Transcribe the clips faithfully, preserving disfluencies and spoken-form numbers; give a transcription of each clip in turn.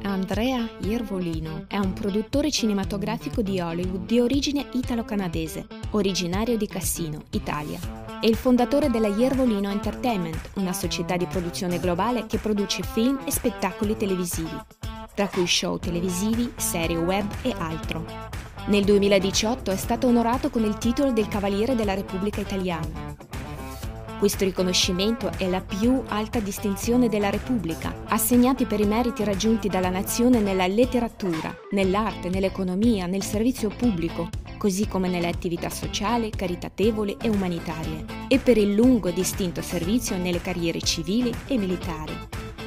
Andrea Iervolino è un produttore cinematografico di Hollywood di origine italo-canadese, originario di Cassino, Italia. È il fondatore della Iervolino Entertainment, una società di produzione globale che produce film e spettacoli televisivi, tra cui show televisivi, serie web e altro. Nel duemiladiciotto è stato onorato con il titolo del Cavaliere della Repubblica Italiana. Questo riconoscimento è la più alta distinzione della Repubblica, assegnati per i meriti raggiunti dalla nazione nella letteratura, nell'arte, nell'economia, nel servizio pubblico, così come nelle attività sociali, caritatevoli e umanitarie, e per il lungo e distinto servizio nelle carriere civili e militari.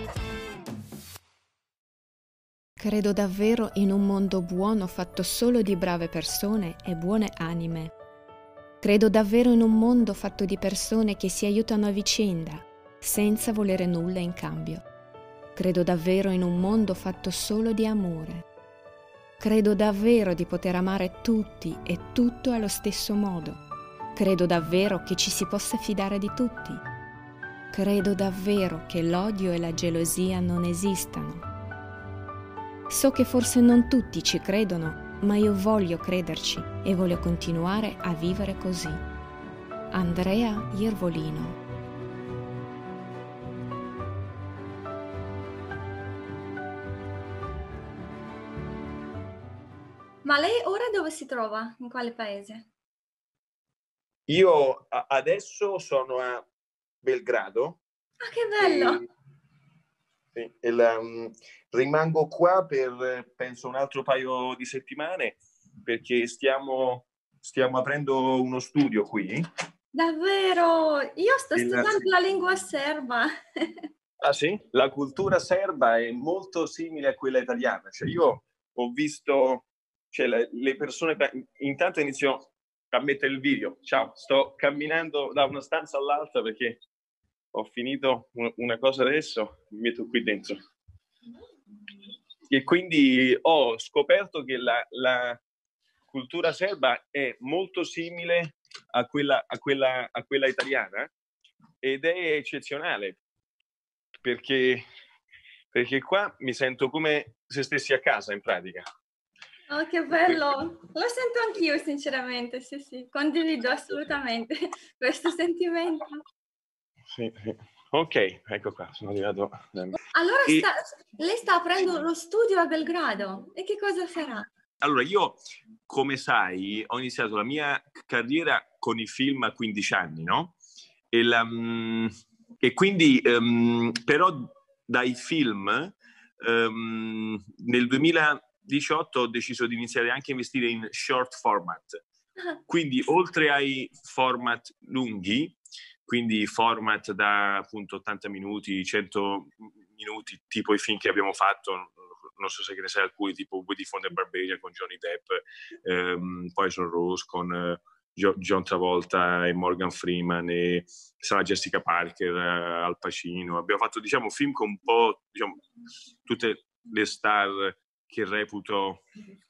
Credo davvero in un mondo buono fatto solo di brave persone e buone anime. Credo davvero in un mondo fatto di persone che si aiutano a vicenda, senza volere nulla in cambio. Credo davvero in un mondo fatto solo di amore. Credo davvero di poter amare tutti e tutto allo stesso modo. Credo davvero che ci si possa fidare di tutti. Credo davvero che l'odio e la gelosia non esistano. So che forse non tutti ci credono, ma io voglio crederci e voglio continuare a vivere così. Andrea Iervolino. Ma lei ora dove si trova? In quale paese? Io a- adesso sono a Belgrado. Ah, che bello! E, sì, e la- um, rimango qua per penso un altro paio di settimane perché stiamo, stiamo aprendo uno studio qui. Davvero? Io sto Il- studiando la lingua serba. Ah sì? La cultura serba è molto simile a quella italiana. Cioè io ho visto cioè, le, le persone... Intanto inizio a mettere il video. Ciao, sto camminando da una stanza all'altra perché ho finito una cosa adesso, mi metto qui dentro. E quindi ho scoperto che la, la cultura serba è molto simile a quella, a quella, a quella italiana ed è eccezionale. Perché, perché qua mi sento come se stessi a casa in pratica. Oh, che bello! Lo sento anch'io, sinceramente, sì, sì, condivido assolutamente questo sentimento. Sì, sì. Ok, ecco qua, sono arrivato. Allora E, sta, lei sta aprendo lo studio a Belgrado, e che cosa farà? allora, io, come sai, ho iniziato la mia carriera con i film a quindici anni, no? E, la, mm, e quindi, um, però, dai film, um, nel duemiladiciotto ho deciso di iniziare anche a investire in short format. Quindi, oltre ai format lunghi, quindi format da appunto ottanta minuti, cento minuti, tipo i film che abbiamo fatto, non so se ne sai alcuni, tipo Woody from the Barbarian con Johnny Depp, ehm, Poison Rose con eh, John Travolta e Morgan Freeman e Sarah Jessica Parker, eh, Al Pacino. Abbiamo fatto, diciamo, film con un po', diciamo, tutte le star che reputo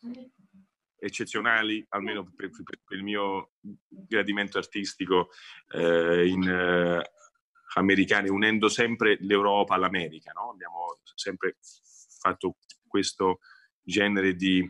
eccezionali, almeno per, per, per il mio gradimento artistico, eh, in eh, americani, unendo sempre l'Europa all'America, no? Abbiamo sempre fatto questo genere di,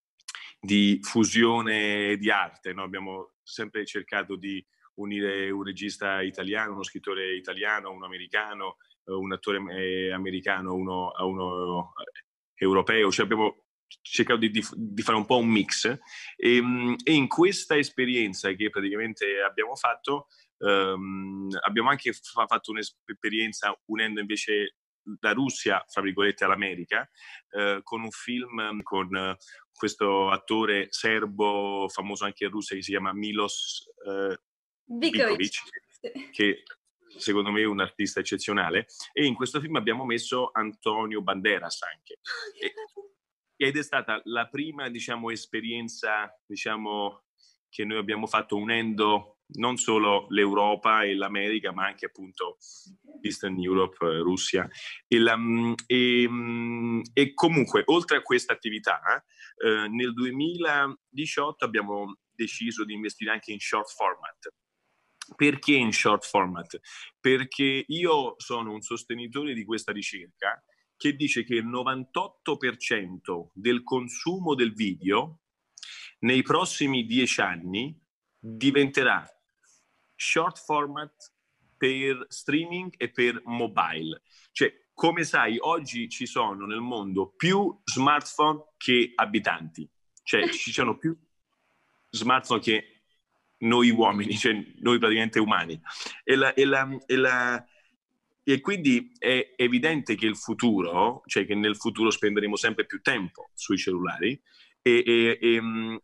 di fusione di arte, no? Abbiamo sempre cercato di unire un regista italiano, uno scrittore italiano, uno americano, un attore americano, uno, uno europeo, cioè abbiamo cercato di, di, di fare un po' un mix e, e in questa esperienza che praticamente abbiamo fatto um, abbiamo anche fa, fatto un'esperienza unendo invece la Russia, fra virgolette, all'America, eh, con un film con eh, questo attore serbo famoso anche in Russia che si chiama Milos eh, Bikovic, che secondo me è un artista eccezionale, e in questo film abbiamo messo Antonio Banderas anche. E, ed è stata la prima, diciamo, esperienza, diciamo, che noi abbiamo fatto unendo non solo l'Europa e l'America, ma anche appunto Eastern Europe, Russia. E, la, e, e comunque, oltre a questa attività, eh, nel duemiladiciotto abbiamo deciso di investire anche in short format. Perché in short format? Perché io sono un sostenitore di questa ricerca che dice che il novantotto per cento del consumo del video nei prossimi dieci anni diventerà short format per streaming e per mobile. Cioè, come sai, oggi ci sono nel mondo più smartphone che abitanti. Cioè, ci sono più smartphone che noi uomini, cioè noi praticamente umani. E, la, e, la, e, la, e quindi è evidente che il futuro, cioè che nel futuro spenderemo sempre più tempo sui cellulari e, e, e,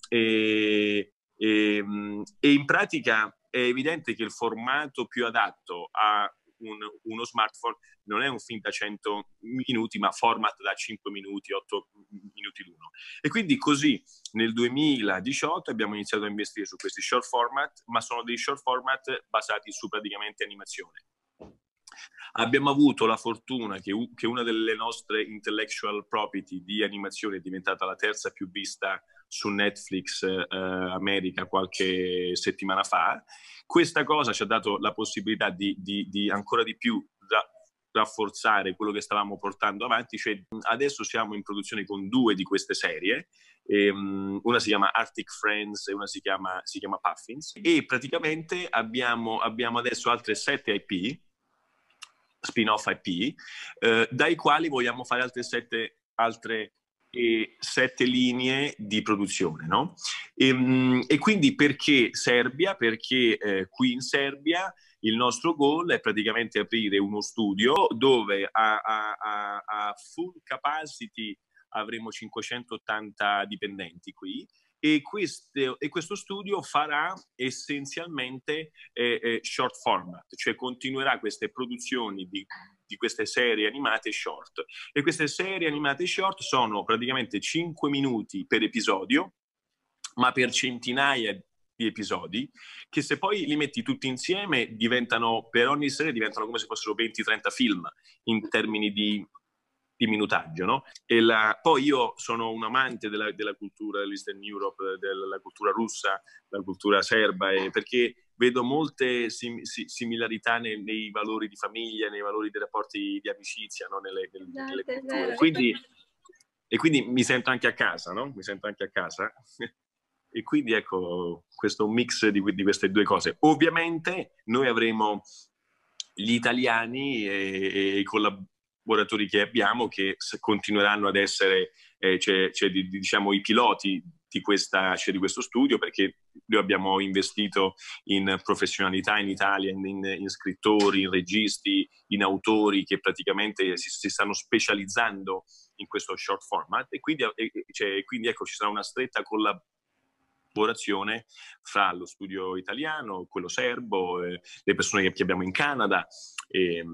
e, e, e in pratica è evidente che il formato più adatto a un, uno smartphone non è un film da cento minuti, ma format da cinque minuti, otto minuti l'uno. E quindi così nel duemiladiciotto abbiamo iniziato a investire su questi short format, ma sono dei short format basati su praticamente animazione. Abbiamo avuto la fortuna che, che una delle nostre intellectual property di animazione è diventata la terza più vista su Netflix eh, America qualche settimana fa. Questa cosa ci ha dato la possibilità di, di, di ancora di più ra- rafforzare quello che stavamo portando avanti, cioè adesso siamo in produzione con due di queste serie, e, um, una si chiama Arctic Friends e una si chiama, si chiama Puffins, e praticamente abbiamo, abbiamo adesso altre sette I P, spin-off I P, eh, dai quali vogliamo fare altre sette altre e sette linee di produzione, no? E, e quindi perché Serbia? Perché eh, qui in Serbia il nostro goal è praticamente aprire uno studio dove a, a, a, a full capacity avremo cinquecentottanta dipendenti qui, e, queste, e questo studio farà essenzialmente eh, eh, short format, cioè continuerà queste produzioni di, di queste serie animate short. E queste serie animate short sono praticamente cinque minuti per episodio, ma per centinaia di episodi, che se poi li metti tutti insieme diventano, per ogni serie diventano come se fossero venti trenta film in termini di di minutaggio, no? E la, poi io sono un amante della, della cultura dell'Eastern Europe, della cultura russa, la cultura serba, e perché vedo molte sim, sim, similarità nei, nei valori di famiglia, nei valori dei rapporti di amicizia, no? nelle, nelle, nelle culture. Quindi, e quindi mi sento anche a casa, no? Mi sento anche a casa. E quindi ecco, questo è un mix di, di queste due cose. Ovviamente noi avremo gli italiani e, e i collaboratori che abbiamo che continueranno ad essere eh, cioè, cioè, di, diciamo i piloti di, questa, cioè, di questo studio, perché noi abbiamo investito in professionalità in Italia, in, in, in scrittori, in registi, in autori che praticamente si, si stanno specializzando in questo short format, e quindi, e, cioè, quindi ecco, ci sarà una stretta collaborazione fra lo studio italiano, quello serbo, eh, le persone che abbiamo in Canada e,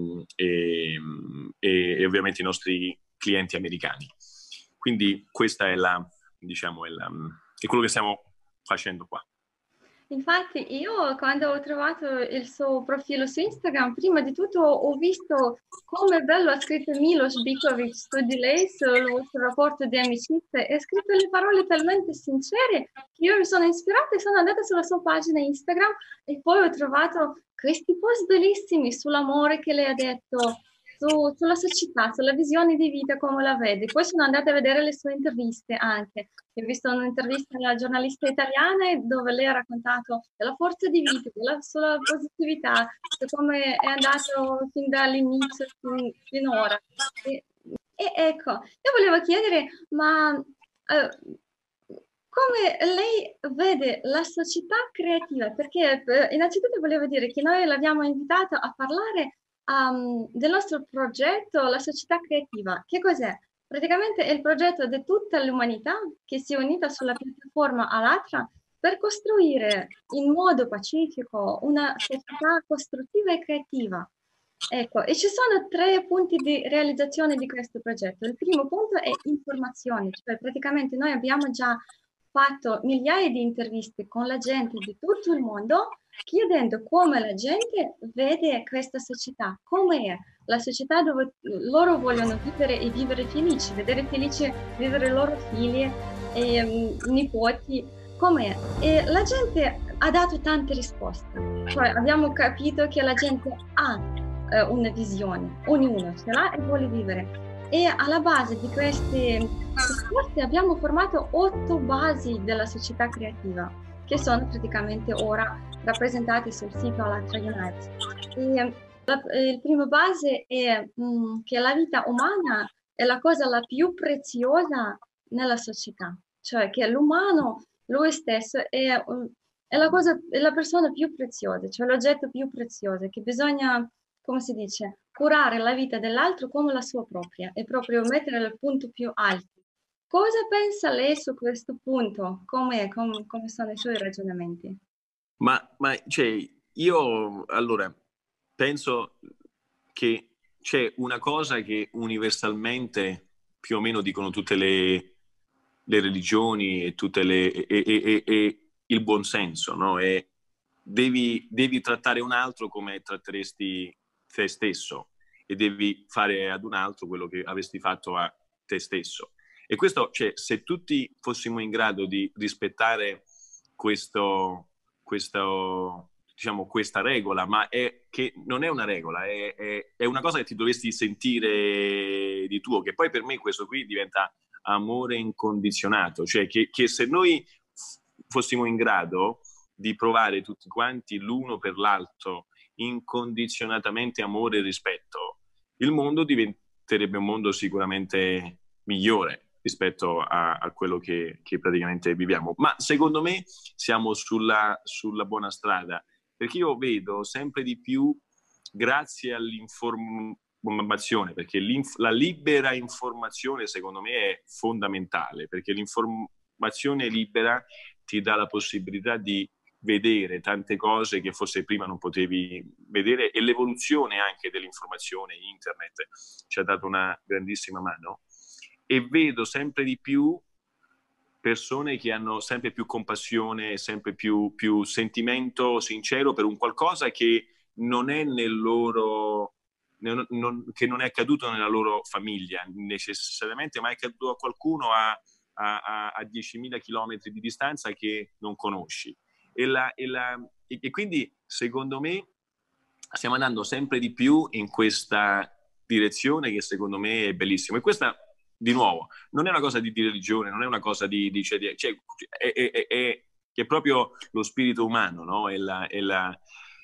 e, e, e ovviamente i nostri clienti americani. Quindi questa è la, diciamo, è, la, è quello che stiamo facendo qua. Infatti io quando ho trovato il suo profilo su Instagram, prima di tutto ho visto come bello ha scritto Milos Bikovic su di lei, sul vostro rapporto di amicizia, e ha scritto le parole talmente sincere che io mi sono ispirata e sono andata sulla sua pagina Instagram e poi ho trovato questi post bellissimi sull'amore che lei ha detto, su, sulla società, sulla visione di vita, come la vede. Poi sono andata a vedere le sue interviste anche. Ho visto un'intervista alla giornalista italiana dove lei ha raccontato della forza di vita, della sua positività, di come è andato fin dall'inizio fin, finora. E, e ecco, io volevo chiedere, ma eh, come lei vede la società creativa? Perché eh, innanzitutto volevo dire che noi l'abbiamo invitata a parlare Um, del nostro progetto, la società creativa. Che cos'è? Praticamente è il progetto di tutta l'umanità che si è unita sulla piattaforma Allatra per costruire in modo pacifico una società costruttiva e creativa. Ecco, e ci sono tre punti di realizzazione di questo progetto. Il primo punto è informazione, cioè praticamente noi abbiamo già fatto migliaia di interviste con la gente di tutto il mondo, chiedendo come la gente vede questa società, come è la società dove loro vogliono vivere e vivere felici, vedere felici vivere i loro figli e um, nipoti, com'è. E la gente ha dato tante risposte, cioè abbiamo capito che la gente ha uh, una visione, ognuno ce l'ha e vuole vivere. E alla base di questi discorsi abbiamo formato otto basi della società creativa, che sono praticamente ora rappresentate sul sito Allatra Unite. E la, il primo base è mh, che la vita umana è la cosa la più preziosa nella società, cioè che l'umano, lui stesso, è, è, la cosa, è la persona più preziosa, cioè l'oggetto più prezioso, che bisogna, come si dice, curare la vita dell'altro come la sua propria e proprio mettere al punto più alto. Cosa pensa lei su questo punto? Come, com, come sono i suoi ragionamenti? Ma, ma cioè, io allora penso che c'è una cosa che universalmente più o meno dicono tutte le, le religioni e tutte le e, e, e, e il buonsenso, no? E devi, devi trattare un altro come tratteresti te stesso e devi fare ad un altro quello che avresti fatto a te stesso. E questo, cioè, se tutti fossimo in grado di rispettare questo, questo, diciamo, questa regola, ma è che non è una regola, è, è, è una cosa che ti dovresti sentire di tuo, che poi per me questo qui diventa amore incondizionato, cioè che, che se noi fossimo in grado di provare tutti quanti l'uno per l'altro incondizionatamente amore e rispetto, il mondo diventerebbe un mondo sicuramente migliore rispetto a, a quello che, che praticamente viviamo. Ma secondo me siamo sulla, sulla buona strada, perché io vedo sempre di più, grazie all'informazione, perché la libera informazione secondo me è fondamentale, perché l'informazione libera ti dà la possibilità di vedere tante cose che forse prima non potevi vedere, e l'evoluzione anche dell'informazione, internet ci ha dato una grandissima mano, e vedo sempre di più persone che hanno sempre più compassione, sempre più, più sentimento sincero per un qualcosa che non è nel loro, non, non, che non è accaduto nella loro famiglia necessariamente, ma è accaduto a qualcuno a, a, a diecimila chilometri di distanza che non conosci. E, la, e, la, e, e quindi secondo me stiamo andando sempre di più in questa direzione che secondo me è bellissima. E questa, di nuovo, non è una cosa di, di religione, non è una cosa di, di, cioè, cioè, è, è, è, è proprio lo spirito umano, no? È la, è la...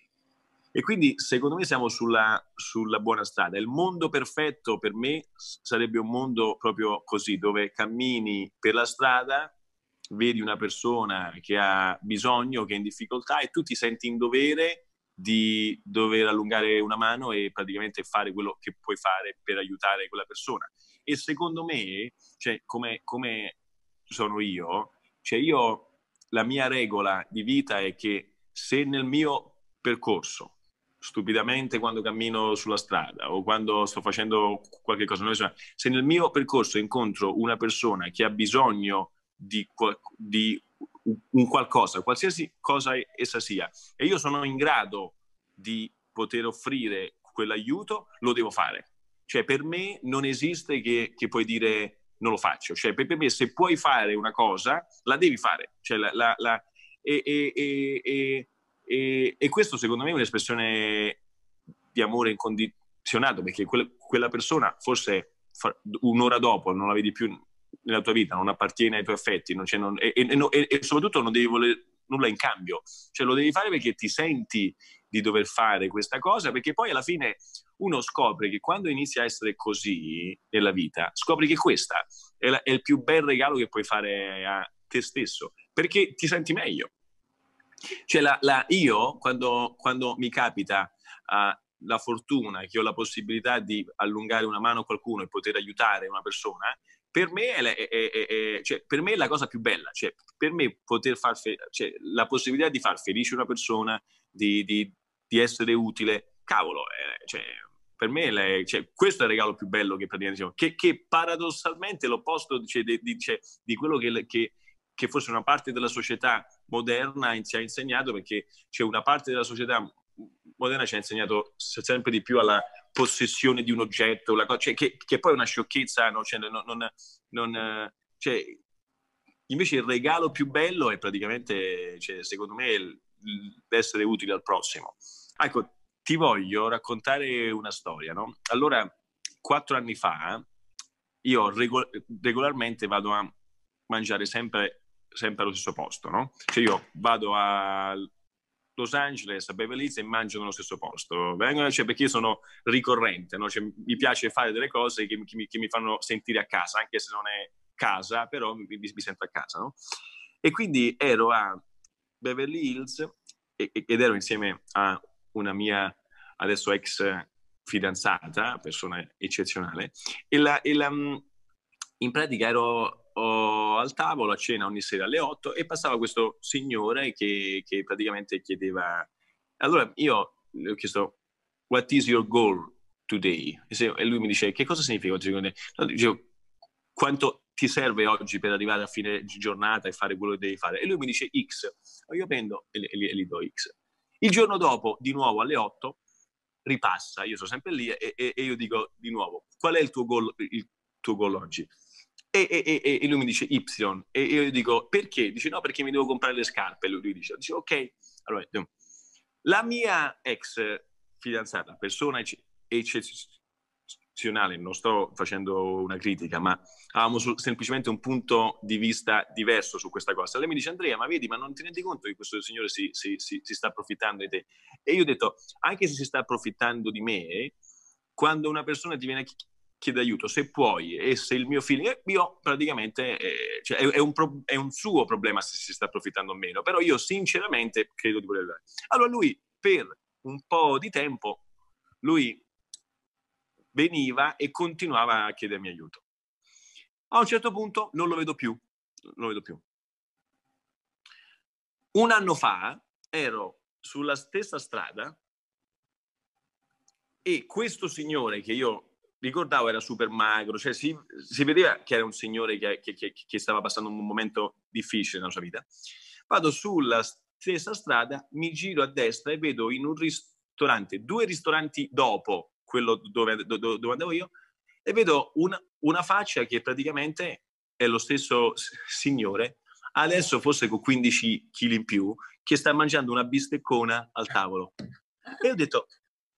E quindi secondo me siamo sulla, sulla buona strada. Il mondo perfetto per me sarebbe un mondo proprio così, dove cammini per la strada, vedi una persona che ha bisogno, che è in difficoltà, e tu ti senti in dovere di dover allungare una mano e praticamente fare quello che puoi fare per aiutare quella persona. E secondo me, cioè, come, come sono io, cioè io, la mia regola di vita è che se nel mio percorso, stupidamente quando cammino sulla strada o quando sto facendo qualche cosa, se nel mio percorso incontro una persona che ha bisogno di, di un qualcosa, qualsiasi cosa essa sia, e io sono in grado di poter offrire quell'aiuto, lo devo fare. Cioè, per me non esiste che, che puoi dire non lo faccio. Cioè, per, per me, se puoi fare una cosa, la devi fare. Cioè, la, la, la, e, e, e, e, e questo, secondo me, è un'espressione di amore incondizionato, perché quella, quella persona, forse un'ora dopo, non la vedi più nella tua vita, non appartiene ai tuoi affetti, non c'è, non, e, e, e, e soprattutto non devi volere nulla in cambio. Cioè, lo devi fare perché ti senti di dover fare questa cosa, perché poi alla fine uno scopre che quando inizia a essere così nella vita, scopri che questa è, la, è il più bel regalo che puoi fare a te stesso, perché ti senti meglio. Cioè la, la, io quando, quando mi capita uh, la fortuna che ho la possibilità di allungare una mano a qualcuno e poter aiutare una persona, per me è, è, è, è, cioè, per me è la cosa più bella. Cioè, per me poter far fe- cioè, la possibilità di far felice una persona, di, di, di essere utile, cavolo, eh, cioè, per me è, cioè, questo è il regalo più bello che praticamente, che, che paradossalmente l'opposto cioè, di, di, cioè, di quello che, che, che forse una parte della società moderna ci ha insegnato, perché c'è una parte della società moderna ci ha insegnato sempre di più alla possessione di un oggetto, la co- cioè, che, che poi è una sciocchezza, no? Cioè, non, non, non, cioè, invece il regalo più bello è praticamente, cioè, secondo me, il, l'essere utile al prossimo. Ecco, ti voglio raccontare una storia, no? Allora, quattro anni fa io regol- regolarmente vado a mangiare sempre, sempre allo stesso posto, no? Cioè io vado a Los Angeles, a Beverly Hills e mangio nello stesso posto. Vengono, cioè, perché io sono ricorrente, no? Cioè, mi piace fare delle cose che, che, mi, che mi fanno sentire a casa, anche se non è casa, però mi, mi, mi sento a casa, no? E quindi ero a Beverly Hills e, ed ero insieme a una mia adesso ex fidanzata, persona eccezionale, e, la, e la, in pratica ero oh, al tavolo a cena ogni sera alle otto e passava questo signore che, che praticamente chiedeva, allora io le ho chiesto what is your goal today? E, se, e lui mi dice che cosa significa oggi? No, dicevo, quanto ti serve oggi per arrivare a fine giornata e fare quello che devi fare? E lui mi dice X, io prendo e, e, e gli do X. Il giorno dopo, di nuovo alle otto, ripassa, io sono sempre lì e, e, e io dico di nuovo, qual è il tuo goal, il tuo goal oggi? E, e, e, e lui mi dice Y, e io dico perché? Dice no, perché mi devo comprare le scarpe. Lui, lui dice, dice ok, allora, la mia ex fidanzata, persona eccezionale, non sto facendo una critica, ma avevamo su, semplicemente un punto di vista diverso su questa cosa. Lei mi dice Andrea, ma vedi, ma non ti rendi conto che questo signore si, si, si, si sta approfittando di te? E io ho detto, anche se si sta approfittando di me, quando una persona ti viene a chiede aiuto, se puoi, e se il mio feeling, io praticamente, eh, cioè è, è, un pro, è un suo problema se si sta approfittando o meno, però io sinceramente credo di voler dare. Allora lui, per un po' di tempo, lui veniva e continuava a chiedermi aiuto. A un certo punto non lo vedo più, non lo vedo più. Un anno fa ero sulla stessa strada e questo signore che io ricordavo era super magro, cioè si, si vedeva che era un signore che, che, che, che stava passando un momento difficile nella sua vita. Vado sulla stessa strada, mi giro a destra e vedo in un ristorante, due ristoranti dopo quello dove, dove, dove andavo io, e vedo una, una faccia che praticamente è lo stesso signore, adesso forse con quindici chili in più, che sta mangiando una bisteccona al tavolo. E ho detto,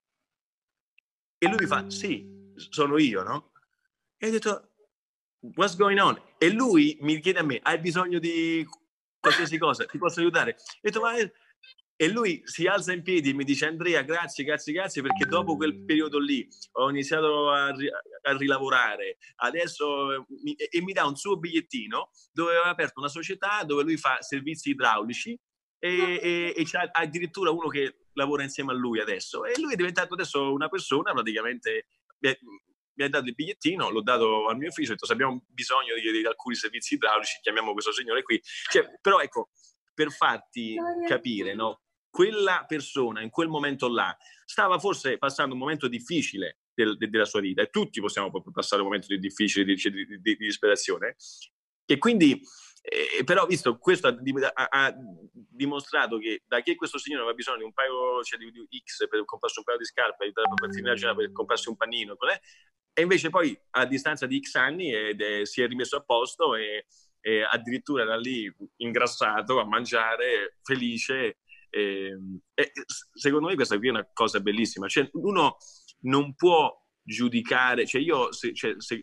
e lui mi fa, sì, sono io, no? E ho detto, what's going on? E lui mi chiede a me, hai bisogno di qualsiasi cosa? Ti posso aiutare? E ho detto, ma... E lui si alza in piedi e mi dice, Andrea, grazie, grazie, grazie, perché dopo quel periodo lì ho iniziato a, ri- a rilavorare, adesso mi... e mi dà un suo bigliettino dove aveva aperto una società dove lui fa servizi idraulici e, e, e c'è addirittura uno che lavora insieme a lui adesso, e lui è diventato adesso una persona praticamente... mi ha dato il bigliettino, l'ho dato al mio ufficio, ho detto se abbiamo bisogno di, di alcuni servizi idraulici chiamiamo questo signore qui. Cioè, però ecco, per farti capire, no? Quella persona in quel momento là stava forse passando un momento difficile del, de, della sua vita, e tutti possiamo passare un momento di difficile di, di, di, di disperazione, e quindi eh, però visto questo ha, ha, ha dimostrato che da che questo signore aveva bisogno di un paio, cioè di, di X per comprarsi un paio di scarpe, per comprarsi un panino, e invece poi a distanza di X anni ed, eh, si è rimesso a posto e, e addirittura da lì ingrassato a mangiare felice. E, e secondo me questa qui è una cosa bellissima, cioè uno non può giudicare, cioè io se, cioè, se,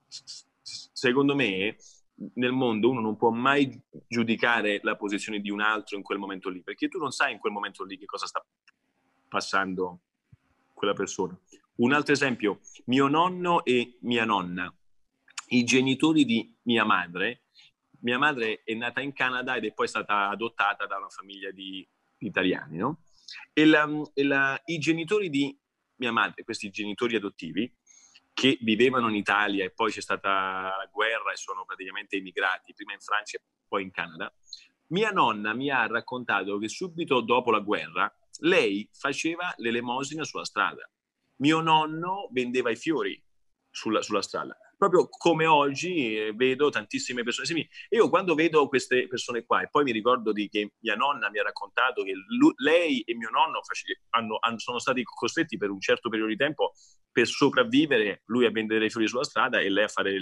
secondo me nel mondo uno non può mai giudicare la posizione di un altro in quel momento lì, perché tu non sai in quel momento lì che cosa sta passando quella persona. Un altro esempio, mio nonno e mia nonna, i genitori di mia madre, mia madre è nata in Canada ed è poi stata adottata da una famiglia di italiani, no? E, la, e la, i genitori di mia madre, questi genitori adottivi, che vivevano in Italia e poi c'è stata la guerra e sono praticamente emigrati, prima in Francia e poi in Canada, mia nonna mi ha raccontato che subito dopo la guerra lei faceva l'elemosina sulla strada. Mio nonno vendeva i fiori sulla, sulla strada. Proprio come oggi eh, vedo tantissime persone simili. Io quando vedo queste persone qua, e poi mi ricordo di che mia nonna mi ha raccontato che lui, lei e mio nonno face, hanno, hanno, sono stati costretti per un certo periodo di tempo per sopravvivere, lui a vendere i fiori sulla strada e lei a fare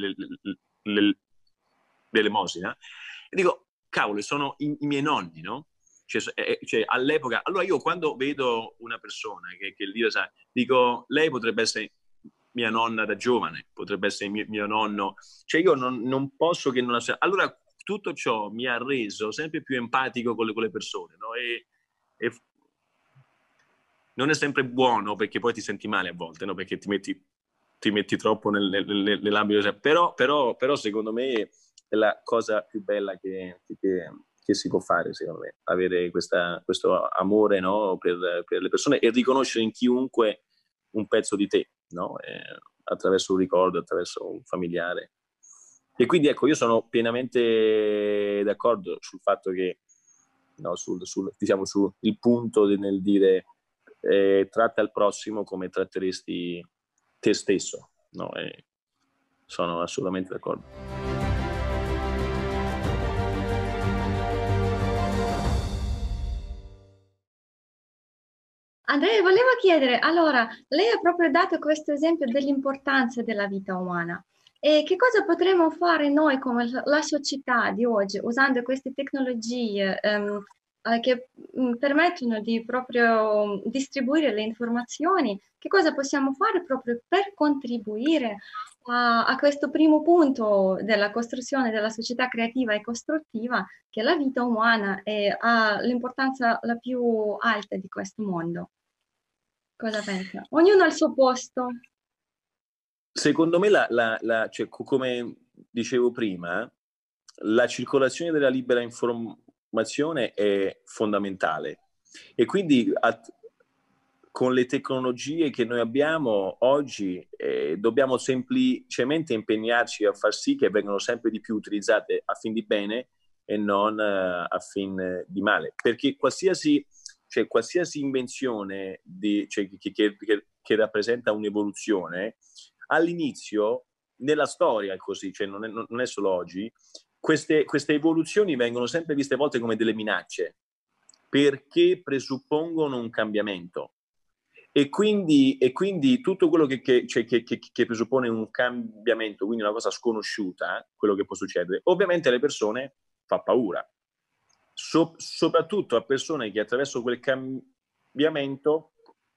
l'elemosina. E dico, cavolo, sono i, i miei nonni, no? Cioè, eh, cioè, all'epoca, allora io quando vedo una persona che, che lì, sai, dico, lei potrebbe essere mia nonna da giovane, potrebbe essere mio, mio nonno. Cioè io non, non posso che non... Allora tutto ciò mi ha reso sempre più empatico con le, con le persone, no? E, e non è sempre buono, perché poi ti senti male a volte, no? Perché ti metti, ti metti troppo nel, nel, nell'ambito. Però, però, però secondo me è la cosa più bella che, che, che si può fare, secondo me, avere questa, questo amore, no? per, per le persone e riconoscere in chiunque un pezzo di te, no? Eh, attraverso un ricordo, attraverso un familiare. E quindi ecco, io sono pienamente d'accordo sul fatto che, no, sul, sul, diciamo, sul il punto de, nel dire eh, tratta il prossimo come tratteresti te stesso, no? E sono assolutamente d'accordo. Andrea, volevo chiedere, allora, lei ha proprio dato questo esempio dell'importanza della vita umana. E che cosa potremmo fare noi come la società di oggi, usando queste tecnologie ehm, eh, che mh, permettono di proprio distribuire le informazioni? Che cosa possiamo fare proprio per contribuire a, a questo primo punto della costruzione della società creativa e costruttiva, che è la vita umana e ha l'importanza la più alta di questo mondo? Cosa pensa? Ognuno al suo posto. Secondo me, la, la, la, cioè, come dicevo prima, la circolazione della libera informazione è fondamentale e quindi a, con le tecnologie che noi abbiamo oggi eh, dobbiamo semplicemente impegnarci a far sì che vengano sempre di più utilizzate a fin di bene e non uh, a fin di male, perché qualsiasi, cioè, qualsiasi invenzione di, cioè, che, che, che, che rappresenta un'evoluzione, all'inizio, nella storia è così, cioè non è, non è solo oggi, queste, queste evoluzioni vengono sempre viste a volte come delle minacce, perché presuppongono un cambiamento. E quindi, e quindi tutto quello che, che, cioè, che, che, che presuppone un cambiamento, quindi una cosa sconosciuta, quello che può succedere, ovviamente alle persone fa paura. So, soprattutto a persone che attraverso quel cambiamento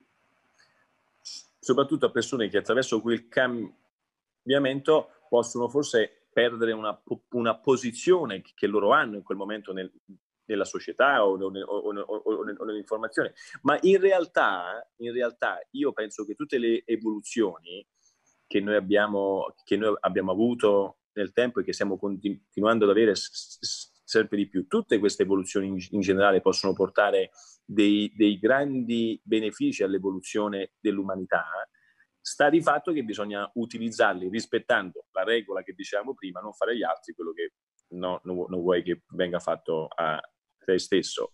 soprattutto a persone che attraverso quel cambiamento possono forse perdere una, una posizione che loro hanno in quel momento nel, nella società o, o, o, o nell'informazione. Ma in realtà, in realtà io penso che tutte le evoluzioni che noi abbiamo, che noi abbiamo avuto nel tempo e che stiamo continuando ad avere sempre di più, tutte queste evoluzioni in, in generale possono portare Dei, dei grandi benefici all'evoluzione dell'umanità. Sta di fatto che bisogna utilizzarli rispettando la regola che dicevamo prima, non fare agli altri quello che no, non, non vuoi che venga fatto a te stesso.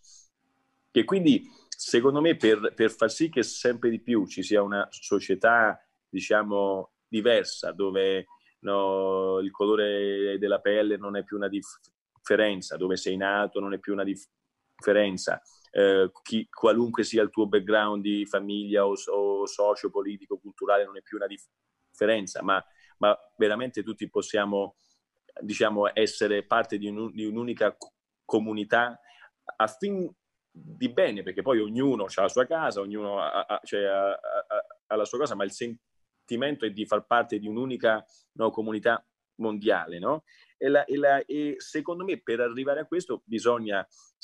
E quindi secondo me per, per far sì che sempre di più ci sia una società, diciamo, diversa, dove no, il colore della pelle non è più una differenza, dove sei nato non è più una differenza, Eh, chi, qualunque sia il tuo background di famiglia o, o socio-politico, culturale, non è più una differenza, ma, ma veramente tutti possiamo, diciamo, essere parte di, un, di un'unica comunità a fin di bene, perché poi ognuno ha la sua casa, ognuno ha, ha, cioè, ha, ha, ha la sua cosa, ma il sentimento è di far parte di un'unica, no, comunità mondiale, no? E, la, e, la, e secondo me per arrivare a questo bisogna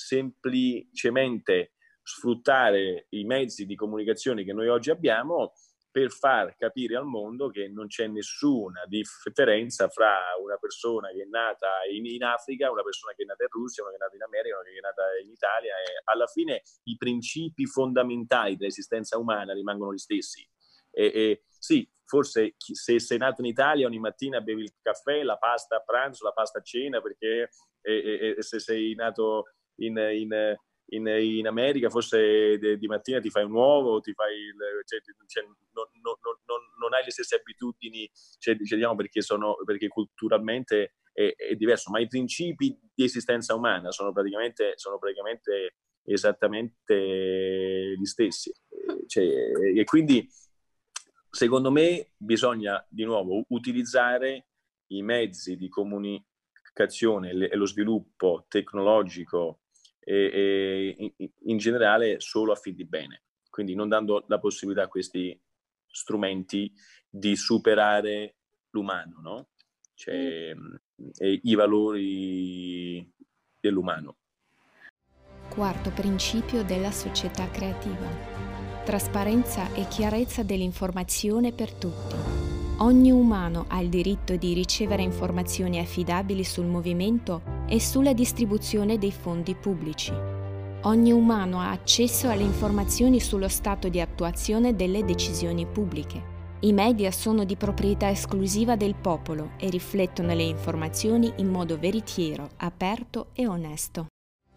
semplicemente sfruttare i mezzi di comunicazione che noi oggi abbiamo per far capire al mondo che non c'è nessuna differenza fra una persona che è nata in, in Africa, una persona che è nata in Russia, una che è nata in America, una che è nata in Italia. E alla fine i principi fondamentali dell'esistenza umana rimangono gli stessi. E, e sì, forse se sei nato in Italia ogni mattina bevi il caffè, la pasta a pranzo, la pasta a cena, perché e, e, se sei nato in, in, in, in America forse de, di mattina ti fai un uovo, ti fai il, cioè, cioè, non, non, non, non hai le stesse abitudini, cioè, diciamo, perché, sono, perché culturalmente è, è diverso, ma i principi di esistenza umana sono praticamente, sono praticamente esattamente gli stessi. Cioè, e quindi secondo me bisogna di nuovo utilizzare i mezzi di comunicazione e lo sviluppo tecnologico e, e in generale solo a fin di bene, quindi non dando la possibilità a questi strumenti di superare l'umano, no? Cioè, e i valori dell'umano. Quarto principio della società creativa: trasparenza e chiarezza dell'informazione per tutti. Ogni umano ha il diritto di ricevere informazioni affidabili sul movimento e sulla distribuzione dei fondi pubblici. Ogni umano ha accesso alle informazioni sullo stato di attuazione delle decisioni pubbliche. I media sono di proprietà esclusiva del popolo e riflettono le informazioni in modo veritiero, aperto e onesto.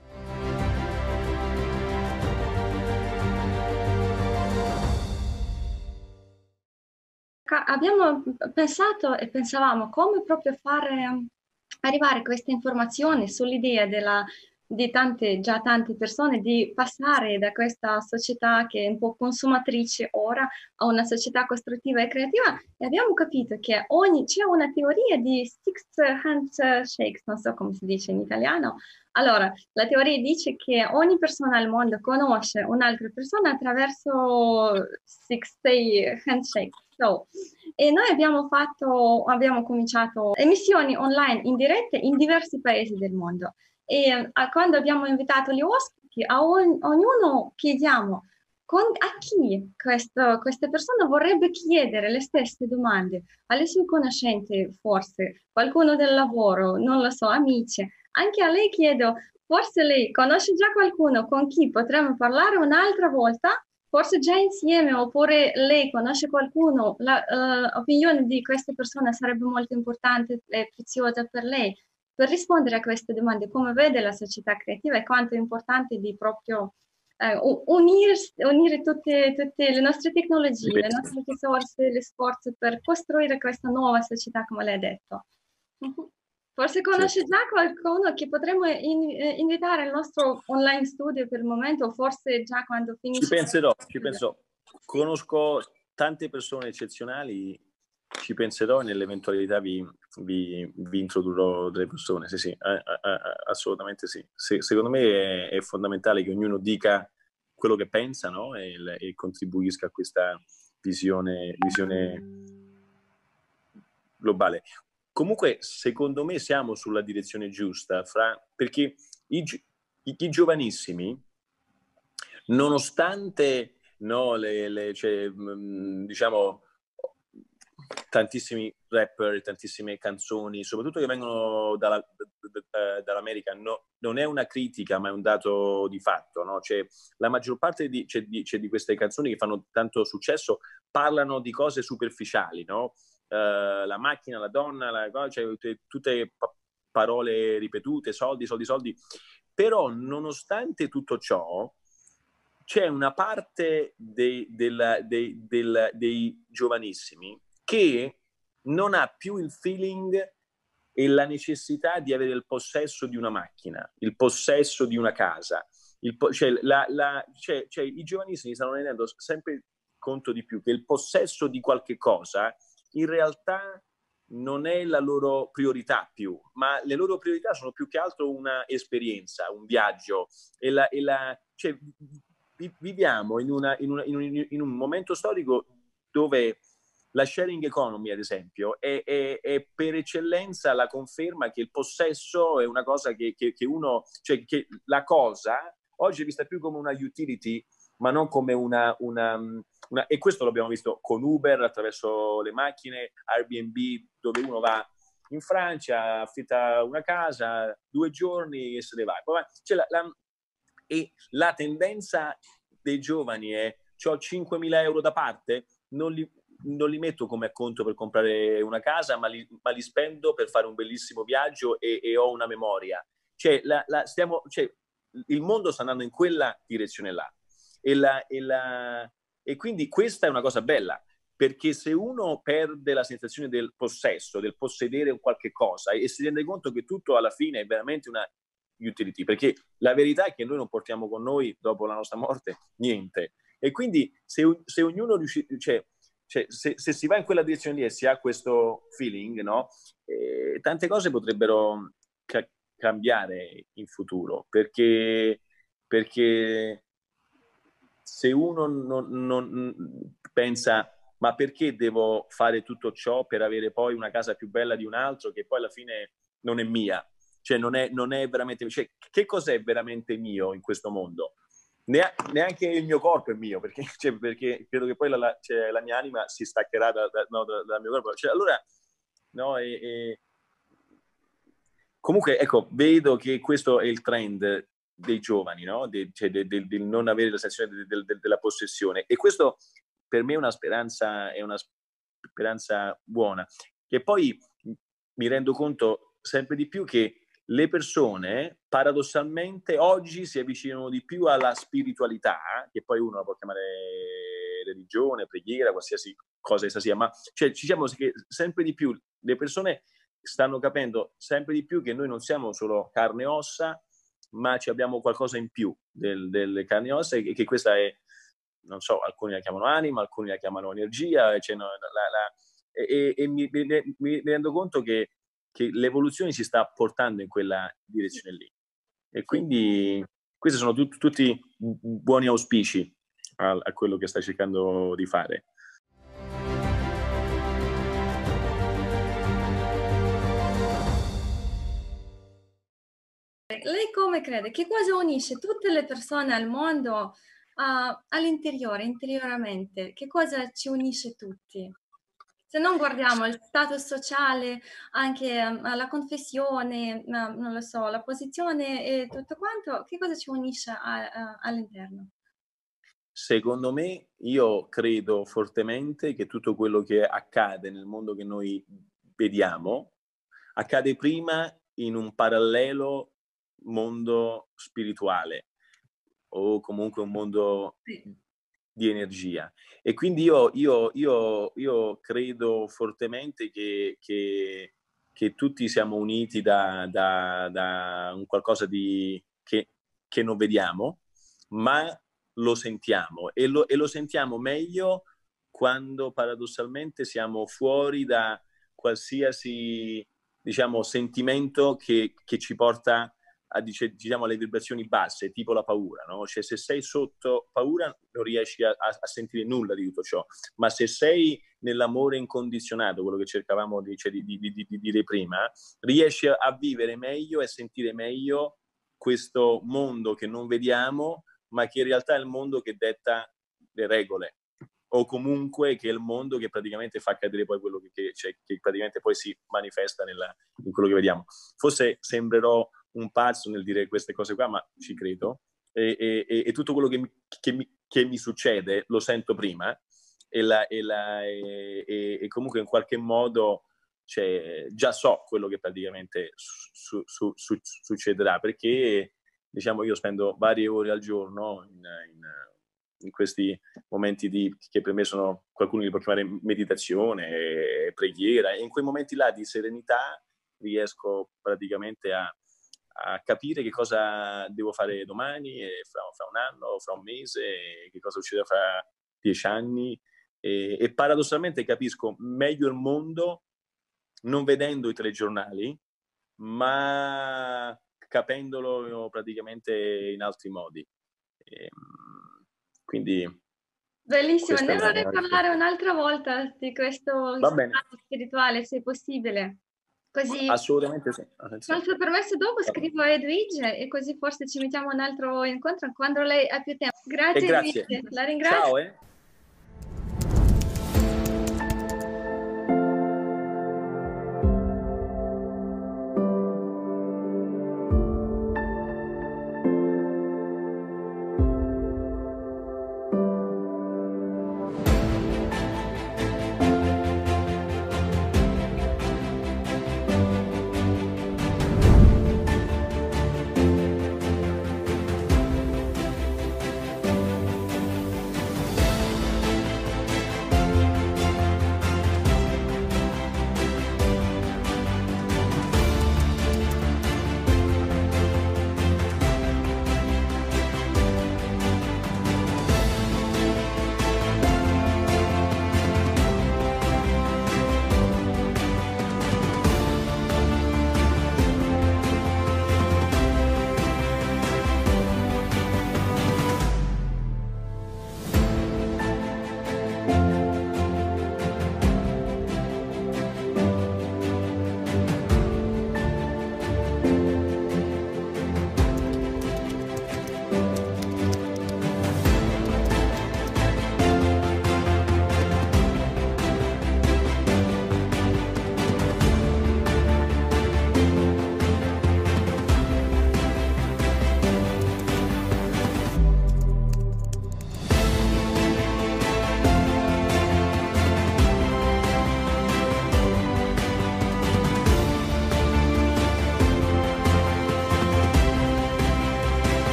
Abbiamo pensato e pensavamo come proprio fare arrivare queste informazioni sull'idea della, di tante, già tante persone di passare da questa società che è un po' consumatrice ora a una società costruttiva e creativa, e abbiamo capito che ogni, c'è una teoria di six handshakes, non so come si dice in italiano. Allora, la teoria dice che ogni persona al mondo conosce un'altra persona attraverso six handshakes. So, e noi abbiamo fatto, abbiamo cominciato emissioni online in diretta in diversi paesi del mondo. E a, quando abbiamo invitato gli ospiti, a on, ognuno chiediamo con, a chi questo, questa persona vorrebbe chiedere le stesse domande, alle sue conoscenti forse, qualcuno del lavoro, non lo so, amici. Anche a lei chiedo, forse lei conosce già qualcuno con chi potremmo parlare un'altra volta? Forse già insieme, oppure lei conosce qualcuno, l'opinione uh, di questa persona sarebbe molto importante e preziosa per lei. Per rispondere a queste domande, come vede la società creativa e quanto è importante di proprio uh, unire, unire tutte, tutte le nostre tecnologie, le nostre risorse, le sforzi per costruire questa nuova società, come lei ha detto. Uh-huh. Forse conosce già qualcuno che potremmo in, eh, invitare al nostro online studio per il momento, forse già quando finisce. Ci penserò, ci penserò. Conosco tante persone eccezionali, ci penserò e nell'eventualità vi, vi, vi introdurrò delle persone. Sì, sì, eh, eh, assolutamente sì. Se, secondo me è, è fondamentale che ognuno dica quello che pensa, no? e, e contribuisca a questa visione, visione globale. Comunque, secondo me siamo sulla direzione giusta, fra, perché i, i, i giovanissimi, nonostante no, le, le, cioè, diciamo, tantissimi rapper, tantissime canzoni, soprattutto che vengono dalla, dall'America, no, non è una critica, ma è un dato di fatto. No? Cioè, la maggior parte di, cioè, di, cioè, di queste canzoni che fanno tanto successo parlano di cose superficiali, no? Uh, la macchina, la donna, la, cioè, tutte, tutte pa- parole ripetute, soldi, soldi, soldi. Però, nonostante tutto ciò, c'è una parte dei, del, dei, del, dei giovanissimi che non ha più il feeling e la necessità di avere il possesso di una macchina, il possesso di una casa. Il po- cioè, la, la, cioè, cioè, i giovanissimi stanno rendendo sempre conto di più che il possesso di qualche cosa in realtà non è la loro priorità più, ma le loro priorità sono più che altro una esperienza, un viaggio. E la, e la, cioè, viviamo in, una, in, una, in, un, in un momento storico dove la sharing economy, ad esempio, è, è, è per eccellenza la conferma che il possesso è una cosa che, che, che uno, cioè che la cosa oggi è vista più come una utility, ma non come una, una, una... E questo l'abbiamo visto con Uber, attraverso le macchine, Airbnb, dove uno va in Francia, affitta una casa, due giorni e se ne va. Cioè, la, la, e la tendenza dei giovani è: c'ho cinquemila euro da parte, non li, non li metto come acconto per comprare una casa, ma li, ma li spendo per fare un bellissimo viaggio e, e ho una memoria. Cioè, la, la, stiamo, cioè, il mondo sta andando in quella direzione là. E, la, e, la, e quindi questa è una cosa bella, perché se uno perde la sensazione del possesso, del possedere un qualche cosa, e si rende conto che tutto alla fine è veramente una utility, perché la verità è che noi non portiamo con noi dopo la nostra morte niente, e quindi se, se ognuno riuscisse, cioè, cioè se, se si va in quella direzione lì e si ha questo feeling, no? Eh, tante cose potrebbero ca- cambiare in futuro, perché perché se uno non, non pensa ma perché devo fare tutto ciò per avere poi una casa più bella di un altro che poi alla fine non è mia? Cioè non è, non è veramente... Cioè, che cos'è veramente mio in questo mondo? Neanche il mio corpo è mio, perché, cioè, perché credo che poi la, cioè, la mia anima si staccherà da, da, no, da, dal mio corpo. Cioè, allora, no, e, e... comunque, ecco, vedo che questo è il trend dei giovani, no? De, cioè, del de, de non avere la sensazione de, de, della possessione. E questo per me è una speranza, è una speranza buona. Che poi mi rendo conto sempre di più che le persone paradossalmente oggi si avvicinano di più alla spiritualità, che poi uno la può chiamare religione, preghiera, qualsiasi cosa essa sia, ma cioè, ci siamo che sempre di più le persone stanno capendo sempre di più che noi non siamo solo carne e ossa, ma ci abbiamo qualcosa in più del, delle carni e ossa, e che questa è, non so, alcuni la chiamano anima, alcuni la chiamano energia, cioè, no, la, la, e, e mi, mi, mi rendo conto che che l'evoluzione si sta portando in quella direzione lì. E quindi questi sono tut, tutti buoni auspici a, a quello che stai cercando di fare. Lei come crede? Che cosa unisce tutte le persone al mondo uh, all'interiore, interiormente? Che cosa ci unisce tutti? Se non guardiamo il status sociale, anche um, la confessione, no, non lo so, la posizione e tutto quanto, che cosa ci unisce a, a, all'interno? Secondo me, io credo fortemente che tutto quello che accade nel mondo che noi vediamo accade prima in un parallelo mondo spirituale o comunque un mondo sì. di energia. E quindi io, io, io, io credo fortemente che, che, che tutti siamo uniti da, da, da un qualcosa di, che, che non vediamo, ma lo sentiamo e lo, e lo sentiamo meglio quando paradossalmente siamo fuori da qualsiasi, diciamo, sentimento che, che ci porta a, diciamo, alle vibrazioni basse, tipo la paura, no? Cioè, se sei sotto paura non riesci a, a sentire nulla di tutto ciò, ma se sei nell'amore incondizionato, quello che cercavamo di, cioè, di, di, di, di dire prima, riesci a, a vivere meglio e sentire meglio questo mondo che non vediamo, ma che in realtà è il mondo che detta le regole, o comunque che è il mondo che praticamente fa accadere poi quello che, che, cioè, che praticamente poi si manifesta nella, in quello che vediamo. Forse sembrerò un pazzo nel dire queste cose qua, ma ci credo, e, e, e tutto quello che mi, che, mi, che mi succede lo sento prima e, la, e, la, e, e comunque in qualche modo cioè, già so quello che praticamente su, su, su, succederà, perché diciamo io spendo varie ore al giorno in, in, in questi momenti di, che per me sono, qualcuno li può chiamare meditazione e preghiera, e in quei momenti là di serenità riesco praticamente a a capire che cosa devo fare domani, e fra, fra un anno, fra un mese, che cosa succederà fra dieci anni, e, e paradossalmente capisco meglio il mondo non vedendo i telegiornali, ma capendolo praticamente in altri modi. E, quindi bellissimo, ne vorrei parlare un'altra volta di questo stato spirituale, se possibile. Così, assolutamente sì. Con il suo permesso dopo scrivo a Edwige e così forse ci mettiamo un altro incontro quando lei ha più tempo. Grazie, grazie. Edwige, la ringrazio. Ciao, eh.